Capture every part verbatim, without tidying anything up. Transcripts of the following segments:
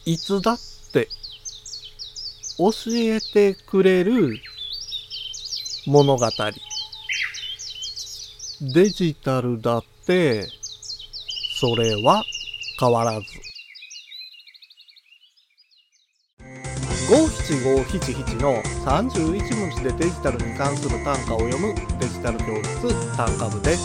いつだって教えてくれる物語。デジタルだってそれは変わらず。ごしちごしちしちのさんじゅういち文字でデジタルに関する単価を読むデジタル教室単価部です。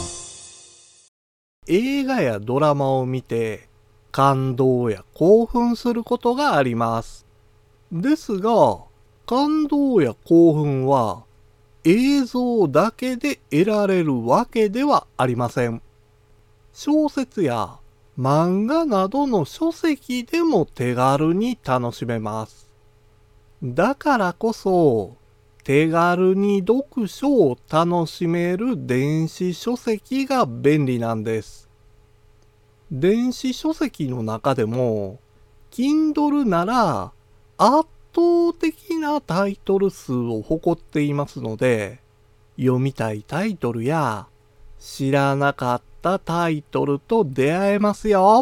映画やドラマを見て感動や興奮することがあります。ですが、感動や興奮は映像だけで得られるわけではありません。小説や漫画などの書籍でも手軽に楽しめます。だからこそ、手軽に読書を楽しめる電子書籍が便利なんです。電子書籍の中でも、Kindle なら圧倒的なタイトル数を誇っていますので、読みたいタイトルや知らなかったタイトルと出会えますよ。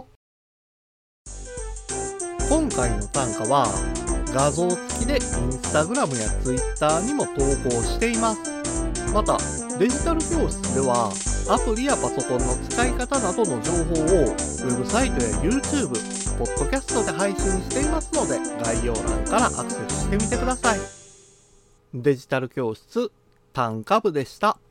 今回の単価は画像付きでインスタグラムやツイッターにも投稿しています。またデジタル教室ではアプリやパソコンの使い方などの情報をウェブサイトや YouTube、ポッドキャストで配信していますので概要欄からアクセスしてみてください。デジタル教室単価部でした。